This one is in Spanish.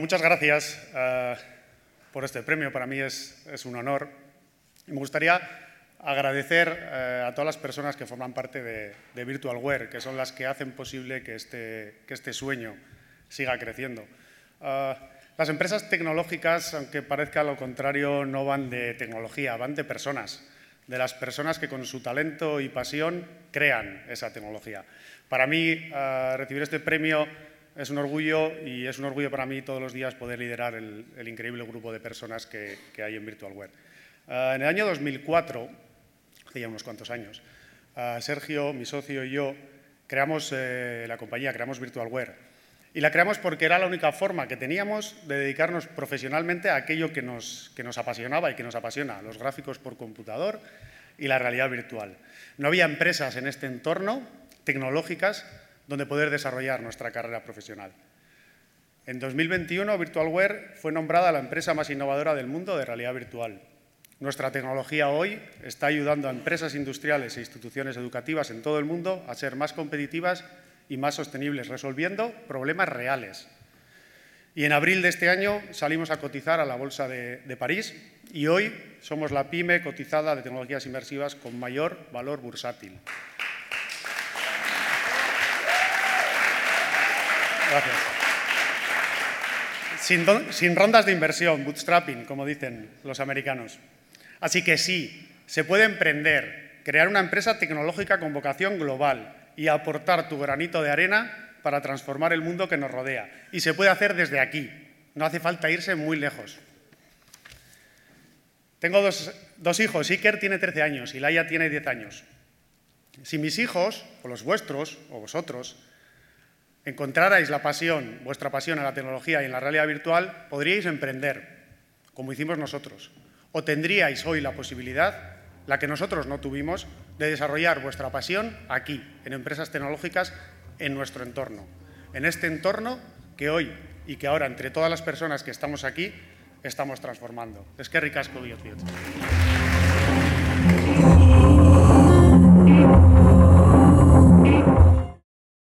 muchas gracias por este premio. Para mí es un honor. Me gustaría agradecer a todas las personas que forman parte de Virtualware, que son las que hacen posible que este sueño siga creciendo. Las empresas tecnológicas, aunque parezca lo contrario, no van de tecnología, van de personas, de las personas que con su talento y pasión crean esa tecnología. Para mí, recibir este premio es un orgullo, y es un orgullo para mí todos los días poder liderar el increíble grupo de personas que hay en Virtualware. En el año 2004, hace ya unos cuantos años, Sergio, mi socio y yo creamos la compañía, creamos Virtualware. Y la creamos porque era la única forma que teníamos de dedicarnos profesionalmente a aquello que nos apasionaba y que nos apasiona, los gráficos por computador y la realidad virtual. No había empresas en este entorno tecnológicas donde poder desarrollar nuestra carrera profesional. En 2021, Virtualware fue nombrada la empresa más innovadora del mundo de realidad virtual. Nuestra tecnología hoy está ayudando a empresas industriales e instituciones educativas en todo el mundo a ser más competitivas y más sostenibles, resolviendo problemas reales. Y en abril de este año salimos a cotizar a la Bolsa de París y hoy somos la pyme cotizada de tecnologías inmersivas con mayor valor bursátil. Gracias. Sin rondas de inversión, bootstrapping, como dicen los americanos. Así que sí, se puede emprender, crear una empresa tecnológica con vocación global y aportar tu granito de arena para transformar el mundo que nos rodea. Y se puede hacer desde aquí, no hace falta irse muy lejos. Tengo dos hijos, Iker tiene 13 años y Laia tiene 10 años. Si mis hijos, o los vuestros, o vosotros, encontrarais vuestra pasión en la tecnología y en la realidad virtual, podríais emprender, como hicimos nosotros. O tendríais hoy la posibilidad, la que nosotros no tuvimos, de desarrollar vuestra pasión aquí, en empresas tecnológicas, en nuestro entorno. En este entorno que hoy y que ahora, entre todas las personas que estamos aquí, estamos transformando. Eskerrik asko, bihotz.